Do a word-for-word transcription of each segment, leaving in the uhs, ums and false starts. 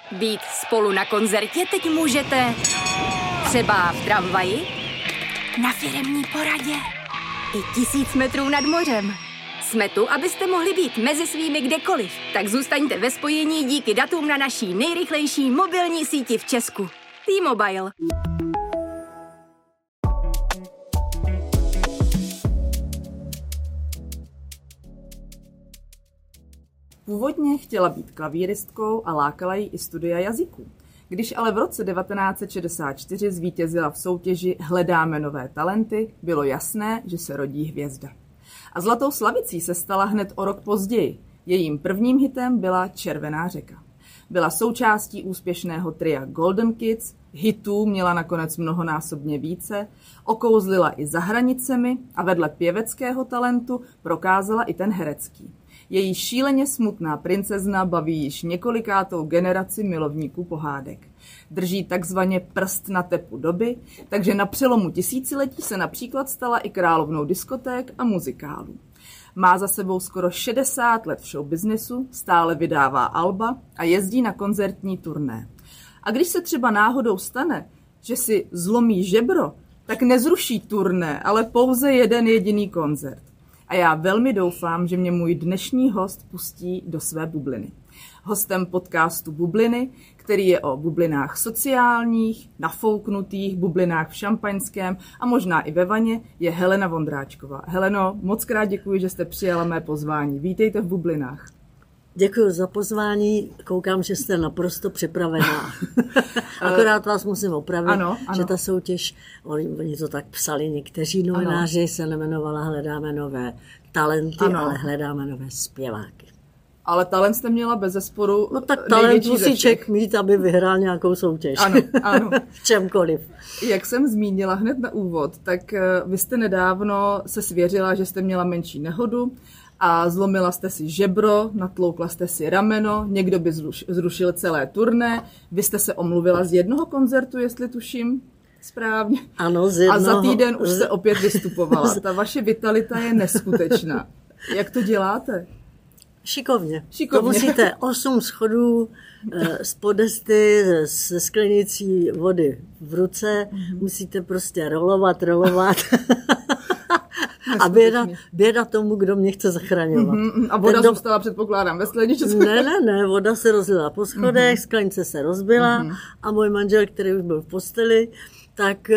Být spolu na koncertě teď můžete třeba v tramvaji, na firemní poradě i tisíc metrů nad mořem. Jsme tu, abyste mohli být mezi svými kdekoliv. Tak zůstaňte ve spojení díky datům na naší nejrychlejší mobilní síti v Česku. T-Mobile. Původně chtěla být klavíristkou a lákala jí i studia jazyků. Když ale v roce devatenáct set šedesát čtyři zvítězila v soutěži Hledáme nové talenty, bylo jasné, že se rodí hvězda. A zlatou slavicí se stala hned o rok později. Jejím prvním hitem byla Červená řeka. Byla součástí úspěšného tria Golden Kids, hitů měla nakonec mnohonásobně více, okouzlila i za hranicemi a vedle pěveckého talentu prokázala i ten herecký. Její šíleně smutná princezna baví již několikátou generaci milovníků pohádek. Drží takzvaně prst na tepu doby, takže na přelomu tisíciletí se například stala i královnou diskoték a muzikálů. Má za sebou skoro šedesát let v showbiznesu, stále vydává alba a jezdí na koncertní turné. A když se třeba náhodou stane, že si zlomí žebro, tak nezruší turné, ale pouze jeden jediný koncert. A já velmi doufám, že mě můj dnešní host pustí do své bubliny. Hostem podcastu Bubliny, který je o bublinách sociálních, nafouknutých, bublinách v šampaňském a možná i ve vaně, je Helena Vondráčková. Heleno, moc krát děkuji, že jste přijala mé pozvání. Vítejte v Bublinách. Děkuji za pozvání, koukám, že jste naprosto připravená. Akorát vás musím opravit, ano, ano. Že ta soutěž, oni, oni to tak psali někteří novináři, ano. Se nemenovala Hledáme nové talenty, ano. Ale Hledáme nové zpěváky. Ale talent jste měla bezesporu. No tak talent musí Čech mít, aby vyhrál nějakou soutěž. Ano, ano. V čemkoliv. Jak jsem zmínila hned na úvod, tak vy jste nedávno se svěřila, že jste měla menší nehodu a zlomila jste si žebro, natloukla jste si rameno, někdo by zrušil celé turné, vy jste se omluvila z jednoho koncertu, jestli tuším správně. Ano, z jednoho. A za týden už jste opět vystupovala. Ta vaše vitalita je neskutečná. Jak to děláte? Šikovně. Šikovně. To musíte osm schodů z podesty se sklenicí vody v ruce, mm-hmm. Musíte prostě rolovat, rolovat. A běda, běda tomu, kdo mě chce zachraňovat. Mm-hmm. A voda do... zůstala, předpokládám, ve skleničce. Ne, ne, ne, voda se rozlila po schodech, mm-hmm. Sklenice se rozbila mm-hmm. A můj manžel, který už byl v posteli, tak,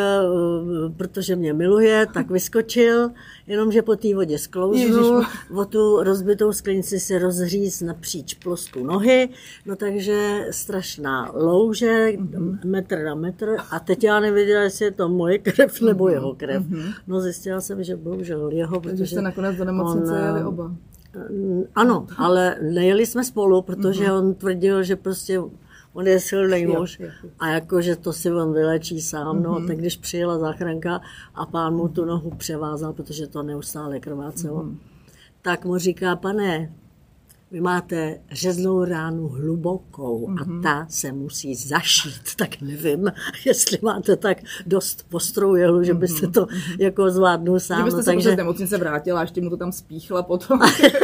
protože mě miluje, tak vyskočil, jenomže po té vodě sklouznu, o tu rozbitou sklenici se rozříz napříč ploskou nohy, no takže strašná louže, mm-hmm. metr na metr, a teď já nevěděla, jestli je to moje krev nebo jeho krev. Mm-hmm. No zjistila jsem, že bohužel jeho, protože takže jste nakonec do nemocnice on, jeli oba. Ano, ale nejeli jsme spolu, protože mm-hmm. on tvrdil, že prostě on je silný muž a jakože to si on vylečí sám, no, mm-hmm. Tak když přijela záchranka a pán mu tu nohu převázal, protože to neustále krvácelo, mm-hmm. Tak mu říká, pane, vy máte řeznou ránu hlubokou mm-hmm. a ta se musí zašít, tak nevím, jestli máte tak dost ostrou jehlu, že byste to mm-hmm. jako zvládnul sám. Kdybyste no, se takže... z nemocnice vrátila a ještě mu to tam spíchla potom.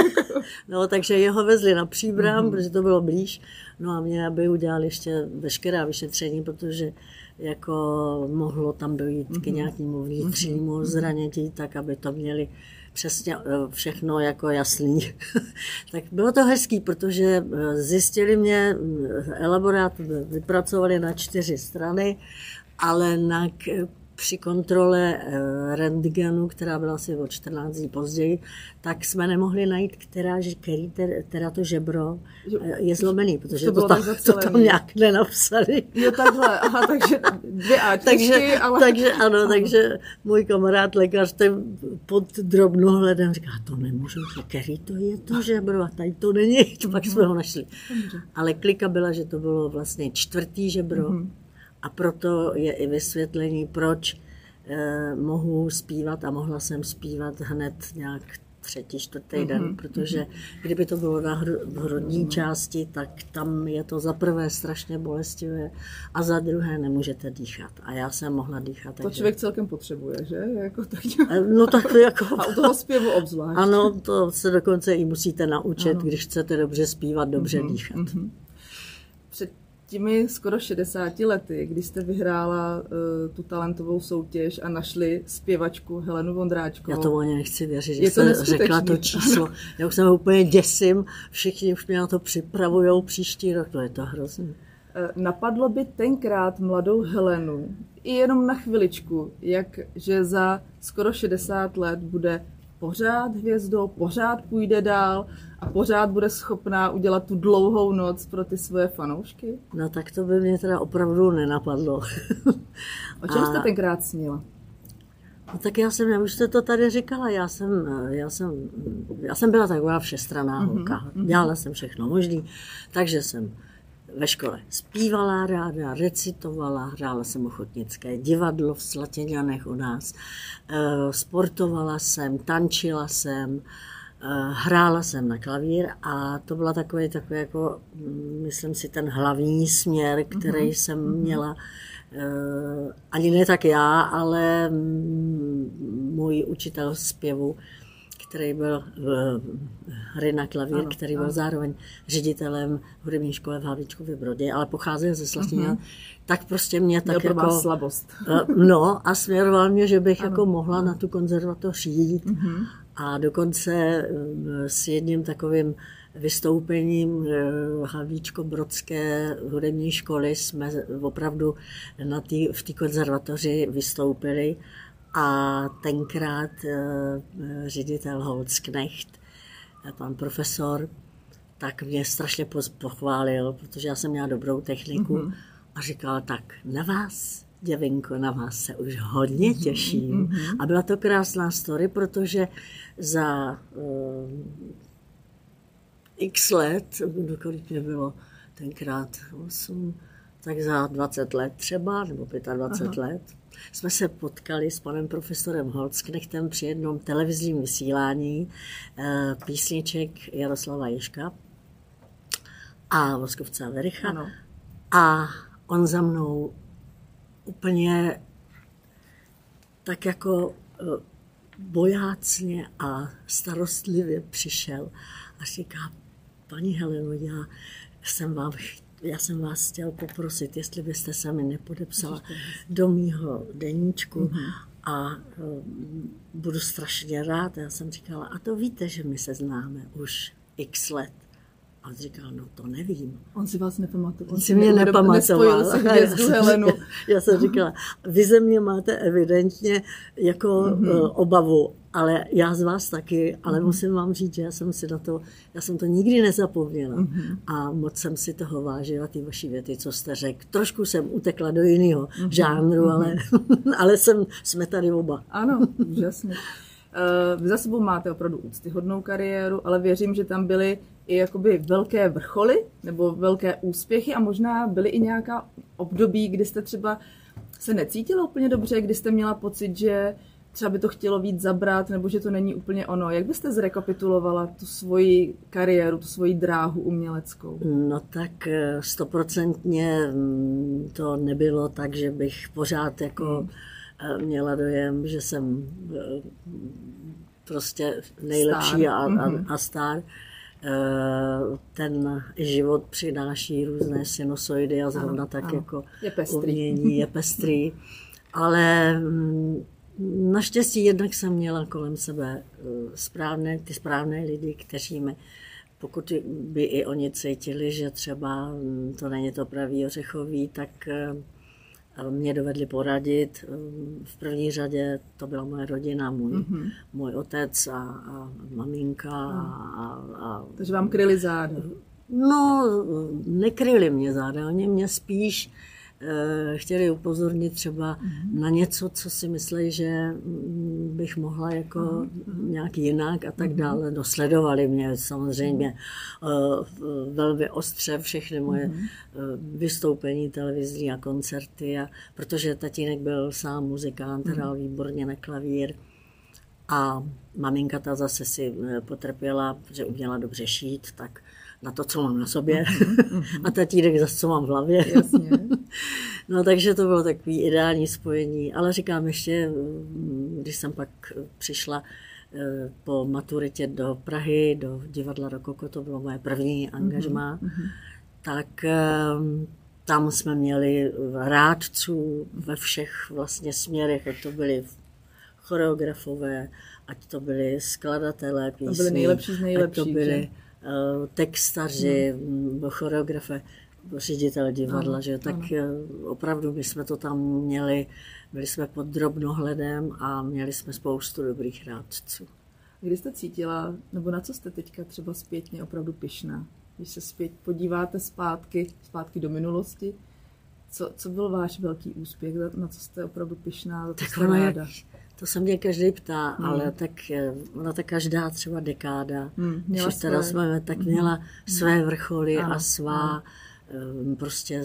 No, takže jeho vezli na Příbram, mm-hmm. protože to bylo blíž. No a mě, aby udělali ještě veškerá vyšetření, protože jako mohlo tam dojít mm-hmm. k nějakému vnitřnímu mm-hmm. zranění, tak aby to měli přesně všechno jako jasný. Tak bylo to hezký, protože zjistili mě, elaborát vypracovali na čtyři strany, ale na při kontrole rentgenu, která byla asi o čtrnáct dní později, tak jsme nemohli najít, která, který teda to žebro je zlomený, protože to, to, tam, to tam nějak nenapsali. Jo, takhle, aha, takže dvě A čtyři, takže, ale... takže ano, takže můj kamarád lékař ten pod drobnohledem říká, to nemůžu, který to je to žebro, a tady to není, pak jsme ho našli. Ale klika byla, že to bylo vlastně čtvrtý žebro, mm-hmm. A proto je i vysvětlení, proč eh, mohu zpívat a mohla jsem zpívat hned nějak třetí, čtvrtý mm-hmm. den, protože kdyby to bylo na hru, v hrudní mm-hmm. části, tak tam je to za prvé strašně bolestivé a za druhé nemůžete dýchat. A já jsem mohla dýchat. To člověk celkem potřebuje, že? Jako tak... No tak jako... A u toho zpěvu obzvlášť. Ano, to se dokonce i musíte naučit, ano. Když chcete dobře zpívat, dobře mm-hmm. dýchat. Mm-hmm. před těmi skoro šedesáti lety, kdy jste vyhrála uh, tu talentovou soutěž a našli zpěvačku Helenu Vondráčkovou. Já tomu ani nechci věřit, že je jste řekla to číslo. Já už se úplně děsím, všichni už mě na to připravujou příští rok, to je to hrozný. Napadlo by tenkrát mladou Helenu, i jenom na chviličku, jak, že za skoro šedesát let bude pořád hvězdou, pořád půjde dál a pořád bude schopná udělat tu dlouhou noc pro ty svoje fanoušky? No tak to by mě teda opravdu nenapadlo. O čem a... jste tenkrát snila? No tak já jsem, já už jste to tady říkala, já jsem, já jsem, já jsem byla taková všestranná mm-hmm. holka. Dělala jsem všechno možný, takže jsem ve škole zpívala ráda, recitovala, hrála jsem ochotnické divadlo v Slatěňanech u nás, sportovala jsem, tančila jsem, hrála jsem na klavír a to byla takový, takový jako, myslím si, ten hlavní směr, který mm-hmm. jsem měla. Ani ne tak já, ale můj učitel zpěvu, který byl hry na klavír, ano, který byl ano. zároveň ředitelem hudební školy v Havlíčkově Brodě, ale pocházel ze Slatina, mm-hmm. tak prostě mě tak Měl jako... slabost. No a směroval mě, že bych ano. jako mohla ano. na tu konzervatoř jít mm-hmm. a dokonce s jedním takovým vystoupením Havlíčko-Brodské hudební školy jsme opravdu na tý, v té konzervatoři vystoupili. A tenkrát ředitel Holzknecht, pan profesor, tak mě strašně pochválil, protože já jsem měla dobrou techniku mm-hmm. a říkal, tak na vás, děvinko, na vás se už hodně těším. Mm-hmm. A byla to krásná story, protože za uh, x let, dokolik mě bylo tenkrát osm, tak za dvacet let třeba, nebo dvacet pět Aha. let, jsme se potkali s panem profesorem Holzknechtem při jednom televizním vysílání e, písniček Jaroslava Ježka a Voskovce a Vericha. Ano. A on za mnou úplně tak jako e, bojácně a starostlivě přišel a říká, paní Heleno, já jsem vám chtěla, Já jsem vás chtěl poprosit, jestli byste se mi nepodepsala do mýho deníčku mm-hmm. a uh, budu strašně rád. Já jsem říkala, a to víte, že my se známe už x let. A on říkal, no to nevím. On si vás nepamatoval. On si mě nepamatoval. Si hvězdu Helenu. Já jsem říkala, vy ze mě máte evidentně jako mm-hmm. uh, obavu, ale já z vás taky, ale mm-hmm. musím vám říct, že já jsem si na to, já jsem to nikdy nezapomněla mm-hmm. a moc jsem si toho vážila, ty vaší věty, co jste řekl. Trošku jsem utekla do jiného mm-hmm. žánru, mm-hmm. ale, ale jsem, jsme tady oba. Ano, úžasně. Vy za sebou máte opravdu úctyhodnou kariéru, ale věřím, že tam byly i jakoby velké vrcholy nebo velké úspěchy a možná byly i nějaká období, kdy jste třeba se necítila úplně dobře, kdy jste měla pocit, že třeba by to chtělo víc zabrat, nebo že to není úplně ono. Jak byste zrekapitulovala tu svoji kariéru, tu svoji dráhu uměleckou? No tak stoprocentně to nebylo tak, že bych pořád jako hmm. měla dojem, že jsem prostě nejlepší a, a, a star. Ten život přináší různé sinusoidy a zrovna ano, tak ano. jako je pestrý. umění je pestrý. Ale naštěstí jednak jsem měla kolem sebe správné, ty správné lidi, kteří mi, pokud by i oni cítili, že třeba to není to pravý ořechový, tak mě dovedli poradit. V první řadě to byla moje rodina, můj, mm-hmm. můj otec a, a maminka. Mm. A, a, Takže vám kryli záda? No, nekryli mě záda, oni mě spíš eh, chtěli upozornit třeba mm-hmm. na něco, co si myslí, že bych mohla jako mm-hmm. nějak jinak a tak mm-hmm. dále. No, sledovali mě samozřejmě mm-hmm. eh, velmi ostře všechny moje mm-hmm. eh, vystoupení televizní a koncerty, a, protože tatínek byl sám muzikant, mm-hmm. hrál výborně na klavír. A maminka ta zase si potrpěla, že uměla dobře šít, tak na to, co mám na sobě. Mm-hmm. A tatínek zase, co mám v hlavě. Jasně. No takže to bylo takový ideální spojení. Ale říkám ještě, když jsem pak přišla po maturitě do Prahy, do divadla Rokoko, to bylo moje první angažmá, mm-hmm. tak tam jsme měli rádců ve všech vlastně směrech, ať to byli choreografové, ať to byli skladatelé písní, to byli nejlepší z nejlepších, ať to byli uh, textaři, hmm. choreografé, ředitel divadla, ano, že? Tak ano. Opravdu my jsme to tam měli, byli jsme pod drobnohledem a měli jsme spoustu dobrých rádců. Kdy jste cítila, nebo na co jste teďka třeba zpětně opravdu pyšná? Když se zpět podíváte zpátky, zpátky do minulosti, co, co byl váš velký úspěch, na co jste opravdu pyšná, za co jste ráda? To se mě každý ptá, hmm. ale tak ona ta každá třeba dekáda, hmm, že teda jsme tak měla hmm. své vrcholy ano, a svá ano. prostě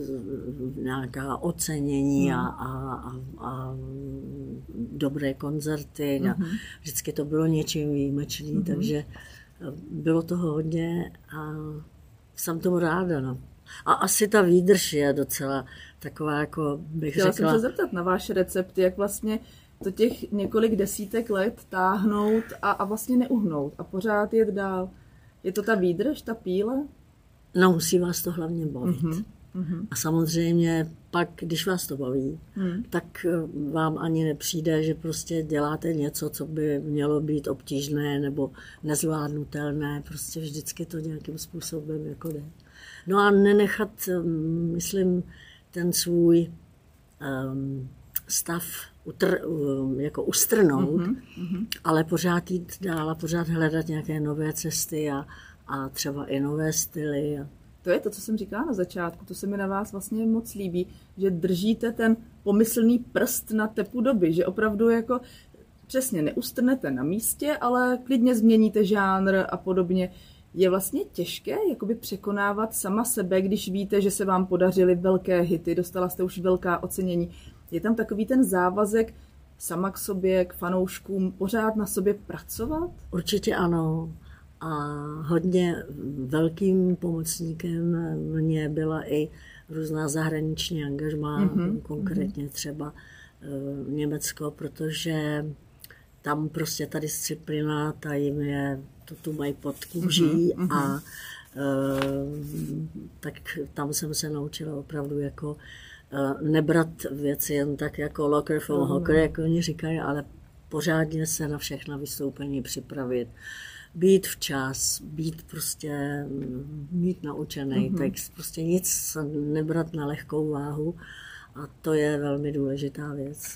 nějaká ocenění hmm. a, a, a, a dobré koncerty. Hmm. A vždycky to bylo něčím výjimečný, hmm. takže bylo toho hodně a jsem tomu ráda. No. A asi ta výdrž je docela taková, jako bych Chtěla řekla... jsem se zeptat na váš recept, jak vlastně to těch několik desítek let táhnout a, a vlastně neuhnout a pořád jet dál. Je to ta výdrž, ta píle? No, musí vás to hlavně bavit. Mm-hmm. Mm-hmm. A samozřejmě pak, když vás to baví, mm. tak vám ani nepřijde, že prostě děláte něco, co by mělo být obtížné nebo nezvládnutelné. Prostě vždycky to nějakým způsobem jako jde. No a nenechat, myslím, ten svůj um, stav utr, jako ustrnout, mm-hmm. ale pořád jít dál a pořád hledat nějaké nové cesty a, a třeba i nové styly. A... To je to, co jsem říkala na začátku, to se mi na vás vlastně moc líbí, že držíte ten pomyslný prst na tepu doby, že opravdu jako přesně neustrnete na místě, ale klidně změníte žánr a podobně. Je vlastně těžké jakoby překonávat sama sebe, když víte, že se vám podařily velké hity, dostala jste už velká ocenění. Je tam takový ten závazek sama k sobě, k fanouškům, pořád na sobě pracovat? Určitě ano. A hodně velkým pomocníkem mě byla i různá zahraniční angažmá, mm-hmm. konkrétně třeba uh, Německo, protože tam prostě ta disciplína, ta jim je, to tu mají pod kůží mm-hmm. a uh, tak tam jsem se naučila opravdu jako uh, nebrat věci jen tak jako locker from mm-hmm. hocker, jak oni říkají, ale pořádně se na všechna vystoupení připravit. Být včas, být prostě, mít naučený mm-hmm. text, prostě nic nebrat na lehkou váhu a to je velmi důležitá věc.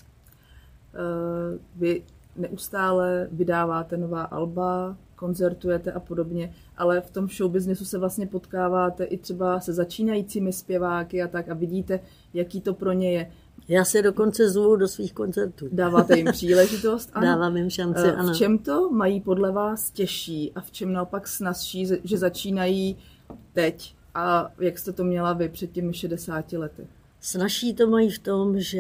Uh, vy neustále vydáváte nová alba, koncertujete a podobně, ale v tom showbiznesu se vlastně potkáváte i třeba se začínajícími zpěváky a tak a vidíte, jaký to pro ně je. Já se dokonce zvu do svých koncertů. Dáváte jim příležitost? Ano. Dávám jim šanci, ano. V čem to mají podle vás těžší a v čem naopak snazší, že začínají teď? A jak jste to měla vy před těmi šedesáti lety? Snazší to mají v tom, že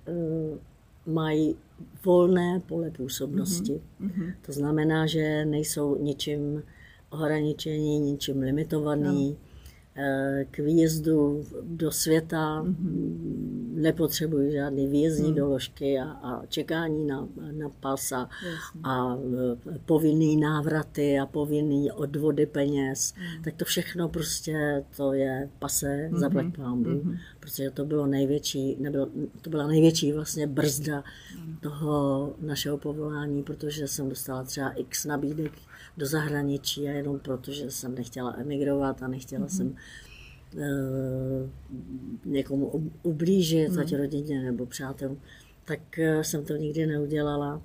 uh, mají volné pole působnosti. Mm-hmm. To znamená, že nejsou ničím ohraničení, ničím limitovaný. No. K výjezdu do světa mm-hmm. nepotřebují žádný výjezdní mm. doložky a, a čekání na, na pas a, a povinný návraty a povinný odvody peněz. Mm. Tak to všechno prostě to je pase mm-hmm. zaplať pánbů, mm-hmm. protože to bylo největší, nebylo, to byla největší vlastně brzda mm. toho našeho povolání, protože jsem dostala třeba x nabídek do zahraničí a jenom proto, že jsem nechtěla emigrovat a nechtěla mm-hmm. jsem uh, někomu ublížit, mm-hmm. ať rodině nebo přátelům, tak uh, jsem to nikdy neudělala.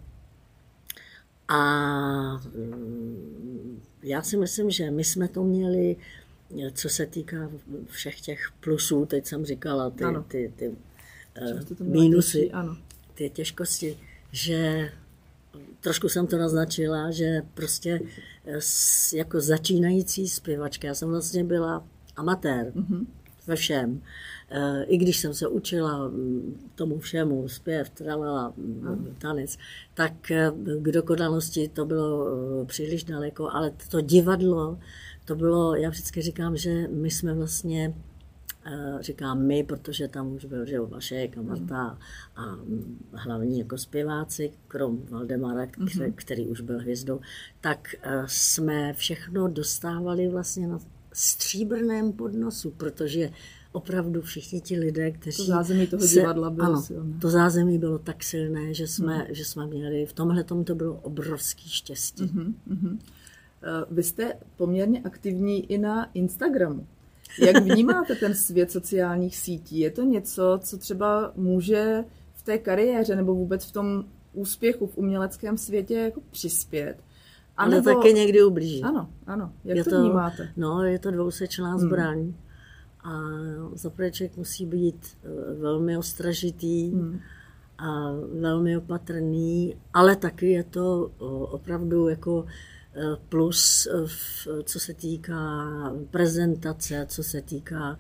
A um, já si myslím, že my jsme to měli, co se týká všech těch plusů, teď jsem říkala, ty, ty, ty uh, mínusy, ty těžkosti, že trošku jsem to naznačila, že prostě jako začínající zpěvačka, já jsem vlastně byla amatér mm-hmm. ve všem. I když jsem se učila tomu všemu, zpěv, tralala, mm. tanec, tak k dokonalosti to bylo příliš daleko, ale to divadlo, to bylo, já vždycky říkám, že my jsme vlastně, říkám my, protože tam už byl, že Vašek a Marta a hlavní jako zpěváci, krom Valdemara, který, který už byl hvězdou, tak jsme všechno dostávali vlastně na stříbrném podnosu, protože opravdu všichni ti lidé, kteří... To zázemí toho divadla bylo ano, silné. to zázemí bylo tak silné, že jsme, hmm. že jsme měli, v tomhletom to bylo obrovský štěstí. Uh-huh, uh-huh. Vy jste poměrně aktivní i na Instagramu. Jak vnímáte ten svět sociálních sítí? Je to něco, co třeba může v té kariéře nebo vůbec v tom úspěchu v uměleckém světě jako přispět? A nebo... Ale taky někdy ublíží. Ano, ano. Jak je to, to vnímáte? No, je to dvousečná zbraň. Hmm. A zaprvé člověk musí být velmi ostražitý hmm. a velmi opatrný, ale taky je to opravdu jako plus, co se týká prezentace, co se týká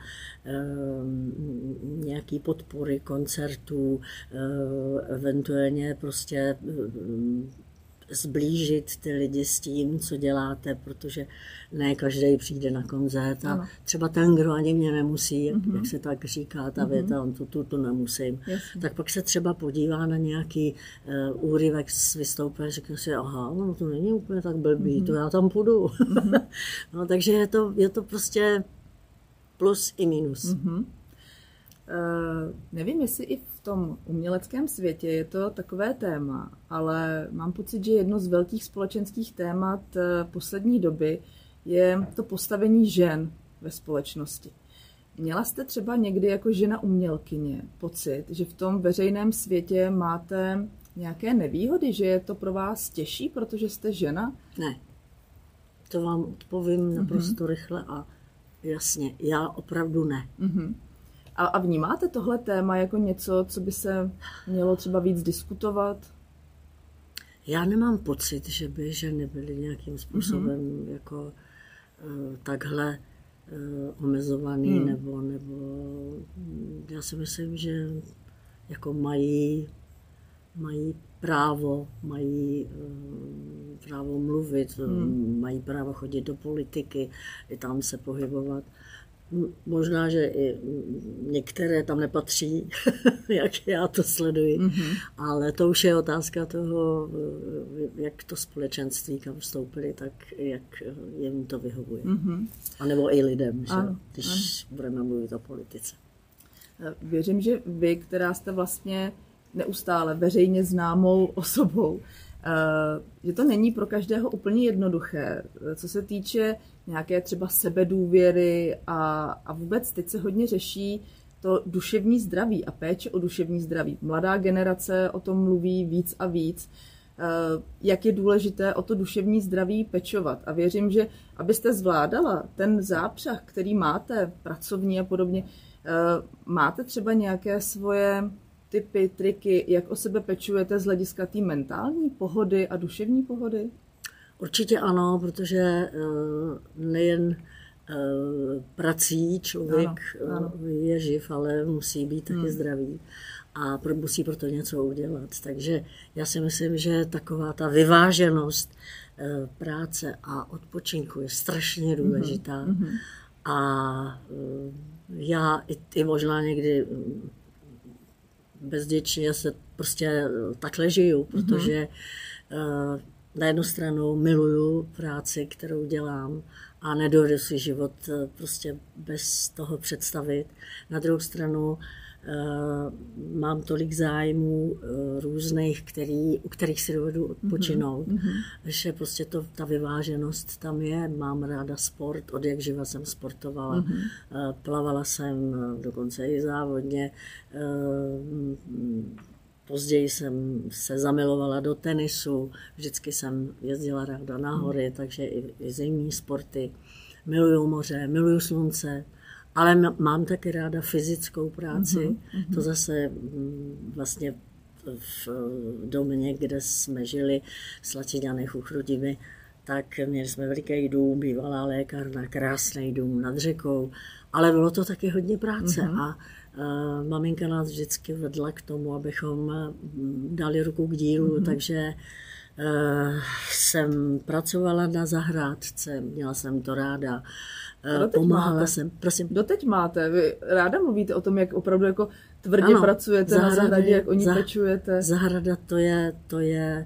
nějaký podpory koncertů, eventuálně prostě zblížit ty lidi s tím, co děláte, protože ne každý přijde na koncert a ano. třeba ten, kdo ani mě nemusí, jak, mm-hmm. jak se tak říká ta věta, on tu, tu, tu nemusím, Jasně. tak pak se třeba podívá na nějaký uh, úryvek z vystoupení a řekne si, aha, no to není úplně tak blbý, mm-hmm. to já tam půjdu. Mm-hmm. no, takže je to, je to prostě plus i minus. Mm-hmm. Uh, nevím, jestli i v tom uměleckém světě je to takové téma, ale mám pocit, že jedno z velkých společenských témat poslední doby je to postavení žen ve společnosti. Měla jste třeba někdy jako žena umělkyně pocit, že v tom veřejném světě máte nějaké nevýhody, že je to pro vás těžší, protože jste žena? Ne, to vám odpovím naprosto mm-hmm. rychle a jasně, já opravdu ne. Mm-hmm. A, a vnímáte tohle téma jako něco, co by se mělo třeba víc diskutovat? Já nemám pocit, že by ženy byly nějakým způsobem mm-hmm. jako uh, takhle uh, omezovaný, mm. nebo, nebo já si myslím, že jako mají, mají právo, mají uh, právo mluvit, mm. mají právo chodit do politiky, i tam se pohybovat. Možná, že i některé tam nepatří, jak já to sleduji, mm-hmm. ale to už je otázka toho, jak to společenství kam vstoupili, tak jak jim to vyhovuje. Mm-hmm. A nebo i lidem, že? Ano, když ano. budeme mluvit o politice. Věřím, že vy, která jste vlastně neustále veřejně známou osobou, že to není pro každého úplně jednoduché, co se týče nějaké třeba sebedůvěry a, a vůbec teď se hodně řeší to duševní zdraví a péče o duševní zdraví. Mladá generace o tom mluví víc a víc, jak je důležité o to duševní zdraví pečovat. A věřím, že abyste zvládala ten zápřah, který máte, pracovní a podobně, máte třeba nějaké svoje typy, triky, jak o sebe pečujete z hlediska té mentální pohody a duševní pohody? Určitě ano, protože nejen prací člověk ano, ano. je živ, ale musí být taky hmm. zdravý a musí proto něco udělat. Takže já si myslím, že taková ta vyváženost práce a odpočinku je strašně důležitá. Mm-hmm. A já i, i možná někdy bezděčně se prostě takhle žiju, protože mm-hmm. na jednu stranu miluju práci, kterou dělám a nedovedu si život prostě bez toho představit. Na druhou stranu mám tolik zájmů různých, který, u kterých si dovedu odpočinout, mm-hmm. že prostě to, ta vyváženost tam je. Mám ráda sport, od jak živa jsem sportovala. Mm-hmm. Plavala jsem dokonce i závodně. Později jsem se zamilovala do tenisu, vždycky jsem jezdila ráda na hory, takže i, i zimní sporty. Miluju moře, miluju slunce, ale mám taky ráda fyzickou práci. Mm-hmm. To zase vlastně v domě, kde jsme žili s Lačiňany u Chrudimi, tak měli jsme veliký dům, bývalá lékárna, krásný dům nad řekou, ale bylo to taky hodně práce mm-hmm. a Uh, maminka nás vždycky vedla k tomu, abychom dali ruku k dílu, mm-hmm. takže uh, jsem pracovala na zahrádce, měla jsem to ráda, uh, pomáhala máte. jsem. Prosím. Doteď máte, vy ráda mluvíte o tom, jak opravdu jako tvrdě ano, pracujete zahrady, na zahradě, jak o ní za, pečujete. Zahrada to je, to je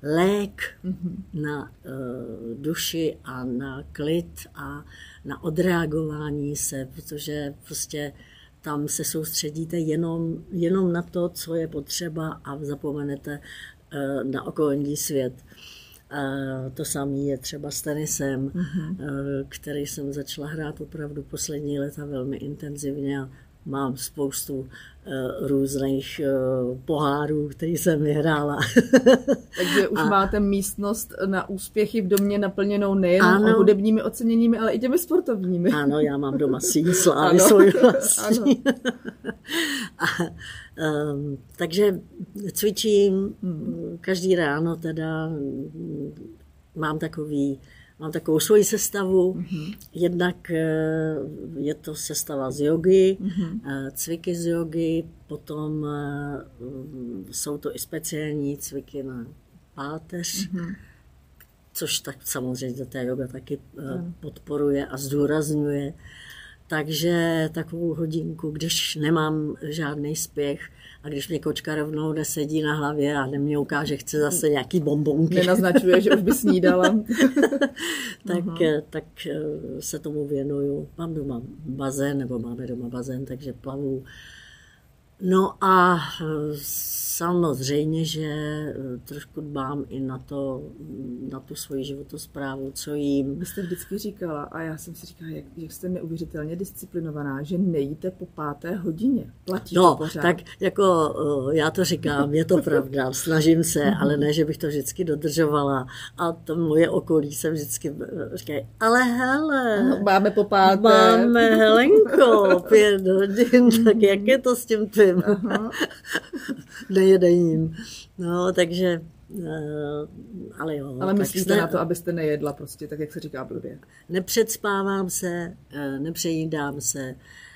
lék mm-hmm. na uh, duši a na klid a na odreagování se, protože prostě tam se soustředíte jenom, jenom na to, co je potřeba a zapomenete uh, na okolní svět. Uh, to samé je třeba s tenisem, mm-hmm. uh, který jsem začala hrát opravdu poslední léta velmi intenzivně a mám spoustu uh, různých uh, pohárů, který jsem vyhrála. Takže už a... máte místnost na úspěchy v domě naplněnou nejen ano. hudebními oceněními, ale i těmi sportovními. Ano, já mám doma síň slávy svoji vlastní. a, um, takže cvičím hmm. každý ráno teda, mám takový Mám takovou svoji sestavu, mm-hmm. jednak je to sestava z jogy, mm-hmm. cviky z jogy, potom jsou to i speciální cviky na páteř, mm-hmm. což tak samozřejmě ta yoga taky mm. podporuje a zdůrazňuje. Takže takovou hodinku, když nemám žádný spěch a když mě kočka rovnou nesedí na hlavě a nemňouká, že chce zase nějaký bonbonky. Nenaznačuje, že už by snídala. tak, uh-huh. tak se tomu věnuju. Mám doma bazén, nebo máme doma bazén, takže plavu. No a samozřejmě, že trošku dbám i na to, na tu svoji životosprávu, co jím. Vy jste vždycky říkala, a já jsem si říkala, jak, jak jste neuvěřitelně disciplinovaná, že nejíte po páté hodině. Platí no, to pořád? Tak jako já to říkám, je to pravda, snažím se, ale ne, že bych to vždycky dodržovala. A to moje okolí se vždycky říkají, ale hele, máme po páté. Máme, Helenko, pět hodin, tak jak je to s tím tvým nejedením. No, takže, ale jo. Ale myslíte ne, na to, abyste nejedla prostě, tak jak se říká blbě. Nepředspávám se, nepřejídám se,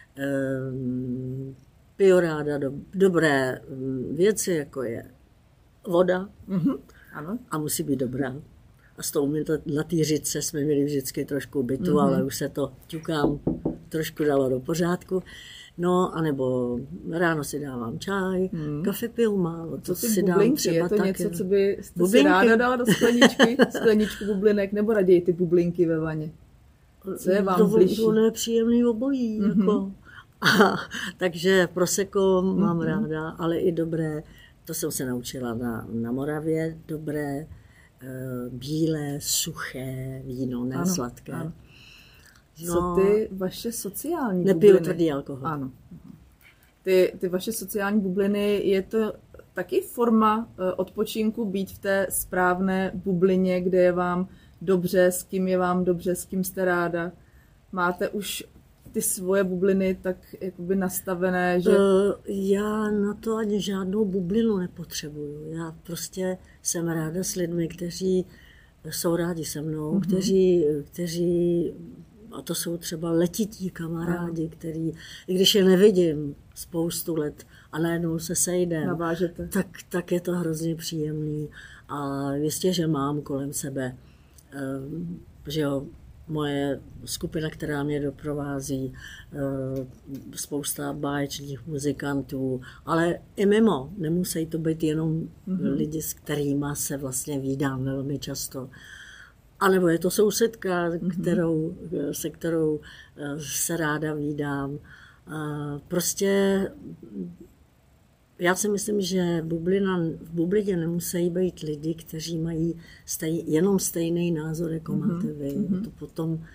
piju ráda do, dobré věci, jako je voda, mm-hmm. ano. A musí být dobrá. A s tou na té říčce jsme měli vždycky trošku bytu, mm-hmm. ale už se to, ťukám, trošku dalo do pořádku. No, anebo ráno si dávám čaj, hmm. kafe piju málo, to si dám bublinky, třeba je to taky. něco, co byste si ráda dala do skleničky, skleničku bublinek, nebo raději ty bublinky ve vaně? Co je vám to, bližší? To nepříjemný obojí, mm-hmm. jako. A, takže prosecco mám mm-hmm. ráda, ale i dobré, to jsem se naučila na, na Moravě, dobré, bílé, suché víno, ne ano, sladké. Ano. Co ty vaše sociální Nepiju bubliny? Nepiju tvrdý alkohol. Ano. Ty, ty vaše sociální bubliny, je to taky forma odpočinku být v té správné bublině, kde je vám dobře, s kým je vám dobře, s kým jste ráda? Máte už ty svoje bubliny tak jakoby nastavené, že... Uh, já na to ani žádnou bublinu nepotřebuju. Já prostě jsem ráda s lidmi, kteří jsou rádi se mnou, mm-hmm. kteří, kteří a to jsou třeba letití kamarádi, který, i když je nevidím spoustu let a najednou se sejdeme, tak, tak je to hrozně příjemný. A jistě, že mám kolem sebe, že jo, moje skupina, která mě doprovází, spousta báječných muzikantů, ale i mimo, nemusí to být jenom mm-hmm. lidi, s kterými se vlastně vídám velmi často. A nebo je to sousedka, mm-hmm. kterou, se kterou se ráda vídám. Prostě já si myslím, že bublina, v bublině nemusí být lidi, kteří mají stej, jenom stejný názor, jako mm-hmm. máte vy. Mm-hmm. To potom uh,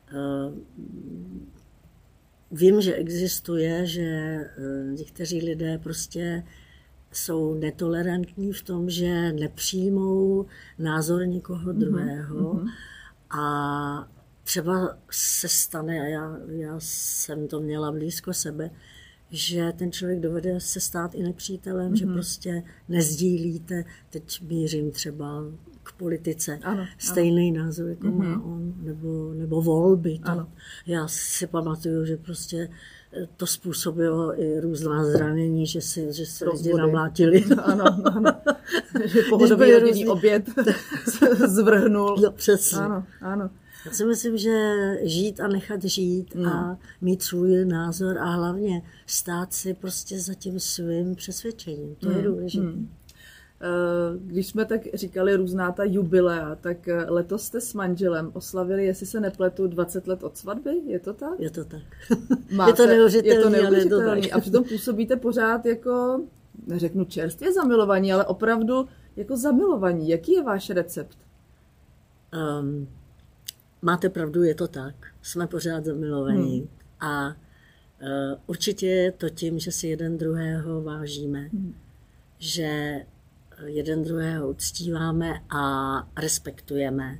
vím, že existuje, že uh, někteří lidé prostě jsou netolerantní v tom, že nepřijmou názor někoho druhého. Mm-hmm. A třeba se stane, a já, já jsem to měla blízko sebe, že ten člověk dovede se stát i nepřítelem, mm-hmm. že prostě nezdílíte, teď mířím třeba k politice, ano, stejný ano. názor, jako mm-hmm. má on, nebo, nebo volby. To, ano. já si pamatuju, že prostě to způsobilo i různá zranění, že, si, že se lidi namlátili. Ano, ano. Že pohodový rodinný oběd zvrhnul. No, přesně. Ano, ano. Já si myslím, že žít a nechat žít no. a mít svůj názor a hlavně stát si prostě za tím svým přesvědčením. To mm. je důležité. Mm. Když jsme tak říkali různá ta jubilea, tak letos jste s manželem oslavili, jestli se nepletu, dvacet let od svatby, je to tak? Je to tak. Máte, je to neuvěřitelný, je to neuvěřitelný. Ale je to tak. A přitom působíte pořád jako, neřeknu čerstvě zamilovaní, ale opravdu jako zamilovaní. Jaký je váš recept? Um, máte pravdu, je to tak. Jsme pořád zamilovaní. Hmm. A uh, určitě je to tím, že si jeden druhého vážíme. Hmm. Že jeden druhého uctíváme a respektujeme.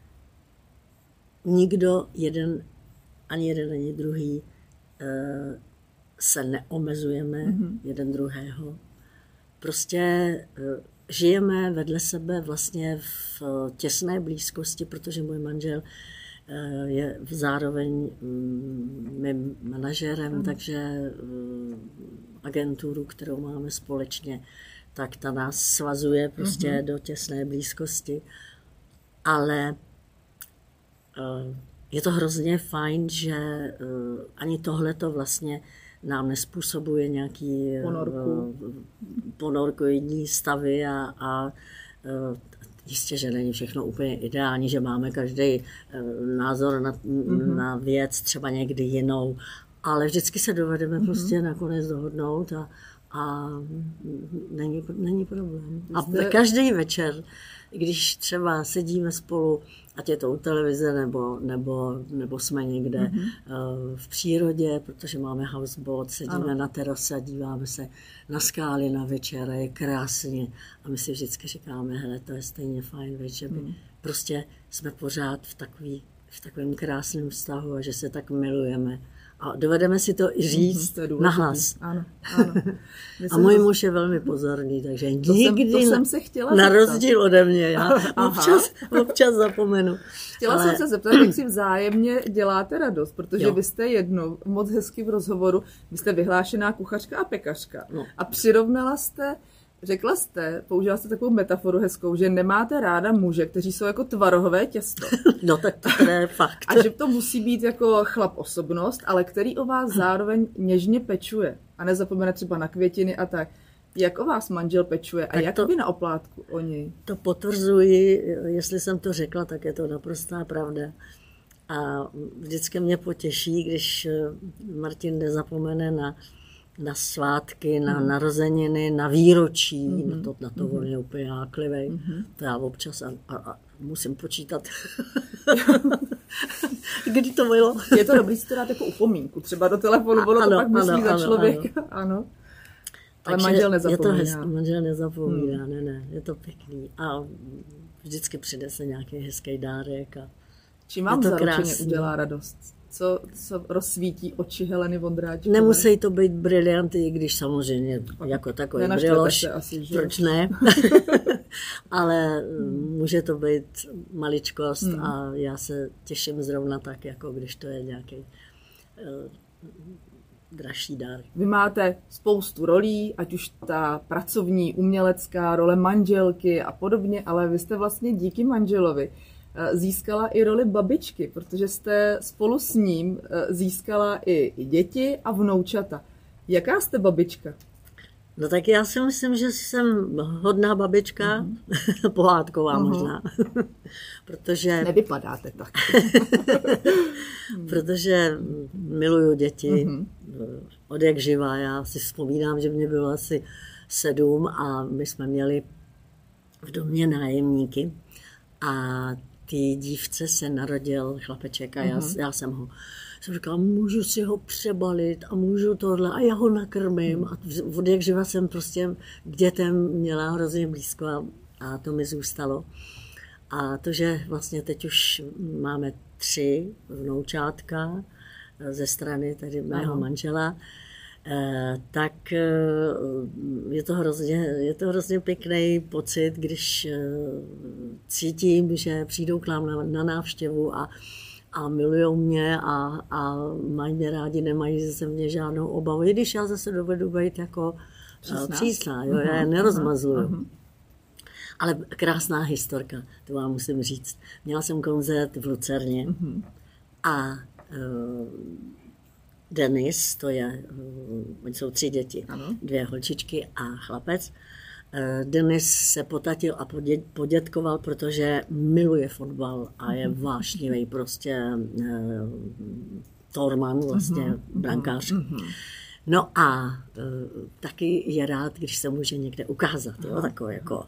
Nikdo jeden, ani jeden, ani druhý se neomezujeme mm-hmm. jeden druhého. Prostě žijeme vedle sebe vlastně v těsné blízkosti, protože můj manžel je zároveň mým manažerem, mm. takže agenturu, kterou máme společně, tak ta nás svazuje prostě mm-hmm. do těsné blízkosti. Ale uh, je to hrozně fajn, že uh, ani tohleto vlastně nám nespůsobuje nějaký Ponorku. uh, ponorkoidní stavy a, a uh, jistě, že není všechno úplně ideální, že máme každý uh, názor na, mm-hmm. na věc, třeba někdy jinou, ale vždycky se dovedeme mm-hmm. prostě nakonec dohodnout a A není, není problém. A Jste... každý večer, když třeba sedíme spolu, ať je to u televize, nebo, nebo, nebo jsme někde mm-hmm. v přírodě, protože máme houseboat, sedíme ano. na terase a díváme se na skály na večer a je krásně. A my si vždycky říkáme, hele, to je stejně fajn večer. Mm. Prostě jsme pořád v, takový, v takovém krásném vztahu a že se tak milujeme. A dovedeme si to i říct mm, nahlas. Ano, ano. A můj muž je velmi pozorný, takže to nikdy jsem, to jsem se chtěla na zeptat. rozdíl ode mě, já občas, občas zapomenu. Chtěla ale... jsem se zeptat, jak si vzájemně děláte radost, protože jo. vy jste jednou moc hezky v rozhovoru, vy jste vyhlášená kuchařka a pekařka no. a přirovnala jste, řekla jste, použila jste takovou metaforu hezkou, že nemáte ráda muže, kteří jsou jako tvarohové těsto. No tak to je fakt. A že to musí být jako chlap osobnost, ale který o vás zároveň něžně pečuje. A nezapomene třeba na květiny a tak. Jak o vás manžel pečuje a tak jak to, vy na oplátku o něj? To potvrzuji, jestli jsem to řekla, tak je to naprostá pravda. A vždycky mě potěší, když Martin nezapomene na na svátky, na mm. narozeniny, na výročí, mm-hmm. na to, na to mm-hmm. on je úplně háklivý. Mm-hmm. To já občas a, a, a musím počítat, kdy to bylo. Je to dobrý si to dát jako upomínku, třeba do telefonu, ono to pak myslí za člověka. Ano. ano. Ale takže manžel nezapomíná. Je to hezký, manžel nezapomíná, hmm. ne, ne, je to pěkný. A vždycky přinese nějaký hezký dárek. A čím vám zaručeně udělá radost? Co, co rozsvítí oči Heleny Vondráčkové? Nemusí to být brilianty, i když samozřejmě jako takový briloš, proč ne? Ale může to být maličkost hmm. a já se těším zrovna tak, jako když to je nějaký uh, dražší dár. Vy máte spoustu rolí, ať už ta pracovní, umělecká, role manželky a podobně, ale vy jste vlastně díky manželovi získala i roli babičky, protože jste spolu s ním získala i, i děti a vnoučata. Jaká jste babička? No tak já si myslím, že jsem hodná babička, mm-hmm. pohádková mm-hmm. možná, protože... Nevypadáte tak. Protože miluju děti, mm-hmm. od jak živá. Já si vzpomínám, že mě bylo asi sedm a my jsme měli v domě nájemníky a ty dívce se narodil chlapeček a já, mm-hmm. já jsem ho jsem říkala, můžu si ho přebalit a můžu tohle a já ho nakrmím. A od jak živa jsem prostě k dětem měla hrozně blízko a, a to mi zůstalo. A to, že vlastně teď už máme tři vnoučátka ze strany tady mého Aha. manžela, tak je to hrozně, je to hrozně pěkný pocit, když cítím, že přijdou k nám na, na návštěvu a, a milujou mě a, a mají mě rádi, nemají ze mě žádnou obavu. I když já zase dovedu být jako přísná, přísná jo, uh-huh, já je nerozmazluju. Uh-huh. Ale krásná historka, to vám musím říct. Měla jsem koncert v Lucerně uh-huh. a uh, Denis, to je, oni jsou tři děti, ano. dvě holčičky a chlapec. Denis se potatil a podětkoval, protože miluje fotbal a je vášnivý prostě Torman, vlastně mm-hmm. brankář. Mm-hmm. No a uh, taky je rád, když se může někde ukázat, jo, takové jako.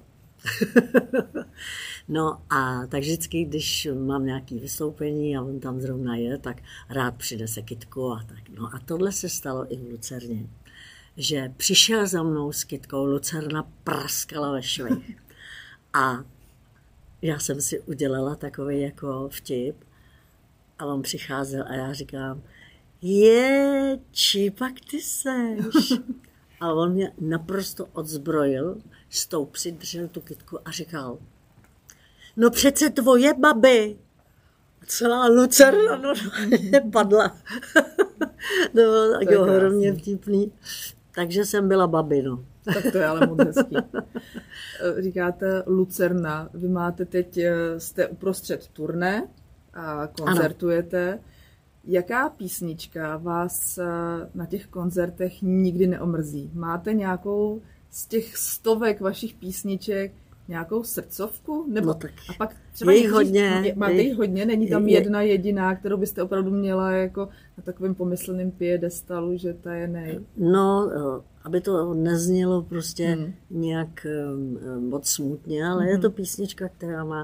No a tak vždycky, když mám nějaké vystoupení a on tam zrovna je, tak rád přinese kytku a tak. No a tohle se stalo i v Lucerně, že přišel za mnou s kytkou, Lucerna praskala ve švech. A já jsem si udělala takový jako vtip a on přicházel a já říkám, je, či pak ty seš. A on mě naprosto odzbrojil, s tou přidržel tu kytku a říkal, no přece tvoje babi. Celá Lucerna normálně padla. To bylo tak ohromně vtipný. Takže jsem byla babi, no. Tak to je ale moc hezký. Říkáte Lucerna, vy máte teď, jste uprostřed turné a koncertujete. Ano. Jaká písnička vás na těch koncertech nikdy neomrzí? Máte nějakou z těch stovek vašich písniček nějakou srdcovku? Nebo, no tak a pak třeba je jich hodně. Máte jich hodně? Není tam je, jedna jediná, kterou byste opravdu měla jako na takovém pomyslném piedestalu, že ta je nej? No, aby to neznělo prostě hmm. nějak moc smutně, ale hmm. je to písnička, která má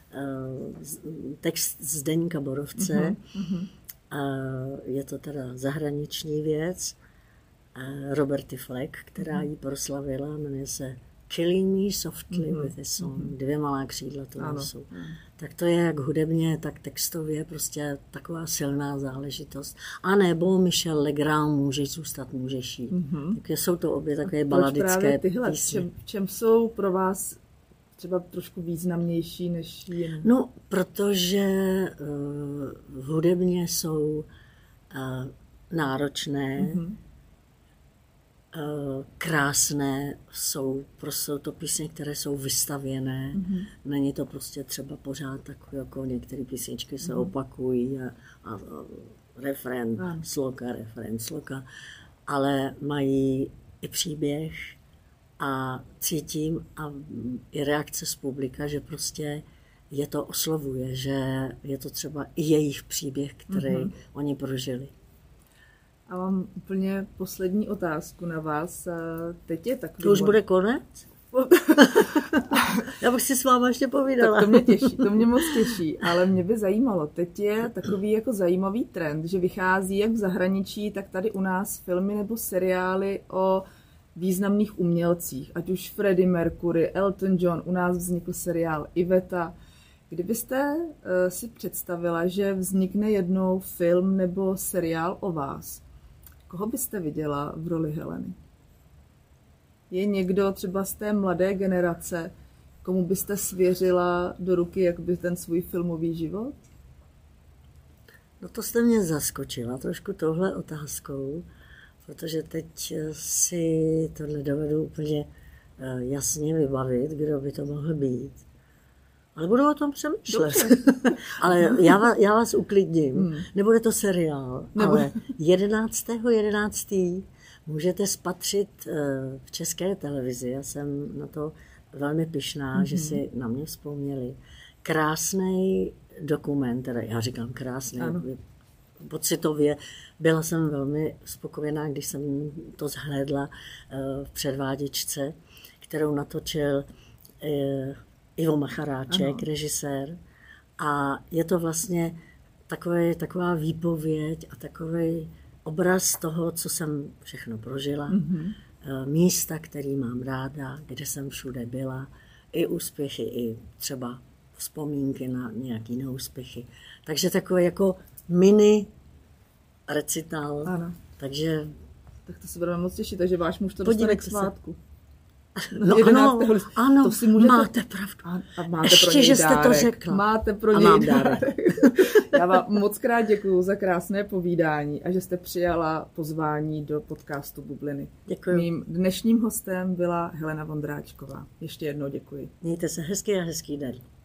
text Zdeňka Borovce. Hmm. Je to teda zahraniční věc. Roberty Fleck, která ji proslavila, jmenuje se Killing Me Softly mm-hmm. with a Song. Dvě malá křídla to jsou. Tak to je jak hudebně, tak textově prostě taková silná záležitost. A nebo Michel Legrand, Můžeš zůstat, můžeš jít. Mm-hmm. Tak jsou to obě takové baladické tyhle, písně. V čem, v čem jsou pro vás třeba trošku významnější než jiné? No, protože uh, hudebně jsou uh, náročné, mm-hmm. uh, krásné, jsou, prostě jsou to písně, které jsou vystavěné. Mm-hmm. Není to prostě třeba pořád takové, jako některé písničky se mm-hmm. opakují a, a, a refrén, ah. sloka, refrén, sloka, ale mají i příběh. A cítím a i reakce z publika, že prostě je to oslovuje, že je to třeba i jejich příběh, který mm-hmm. oni prožili. A mám úplně poslední otázku na vás. Teď je takový... To už bude konec? Já bych si s váma ještě povídala. Tak to mě těší, to mě moc těší, ale mě by zajímalo. Teď je takový jako zajímavý trend, že vychází jak v zahraničí, tak tady u nás filmy nebo seriály o významných umělcích, ať už Freddie Mercury, Elton John, u nás vznikl seriál Iveta. Kdybyste uh, si představila, že vznikne jednou film nebo seriál o vás, koho byste viděla v roli Heleny? Je někdo třeba z té mladé generace, komu byste svěřila do ruky jakby ten svůj filmový život? No to jste mě zaskočila trošku touhle otázkou, protože teď si to nedovedu úplně jasně vybavit, kdo by to mohl být. Ale budu o tom přemýšlet. Ale já vás, já vás uklidním. Hmm. Nebude to seriál, Nebude. ale jedenáctého jedenáctého můžete spatřit v České televizi. Já jsem na to velmi pyšná, mm-hmm. že si na mě vzpomněli. Krásný dokument, teda já říkám krásný, pocitově. Byla jsem velmi spokojená, když jsem to zhlédla v předváděčce, kterou natočil Ivo Macharáček, ano. režisér. A je to vlastně takové, taková výpověď a takový obraz toho, co jsem všechno prožila. Mm-hmm. Místa, který mám ráda, kde jsem všude byla. I úspěchy, i třeba vzpomínky na nějaký neúspěchy. Takže takové jako mini recital. Ano. Takže... Tak to se budeme moc těšit, takže váš muž to dostane k svátku. No ano, ano, to si můžete... máte pravdu. A, a máte Ještě, pro něj že jste to řekla. Máte pro něj dárek. Já vám moc krát děkuju za krásné povídání a že jste přijala pozvání do podcastu Bubliny. Děkuji. Mým dnešním hostem byla Helena Vondráčková. Ještě jednou děkuji. Mějte se hezky a hezký den.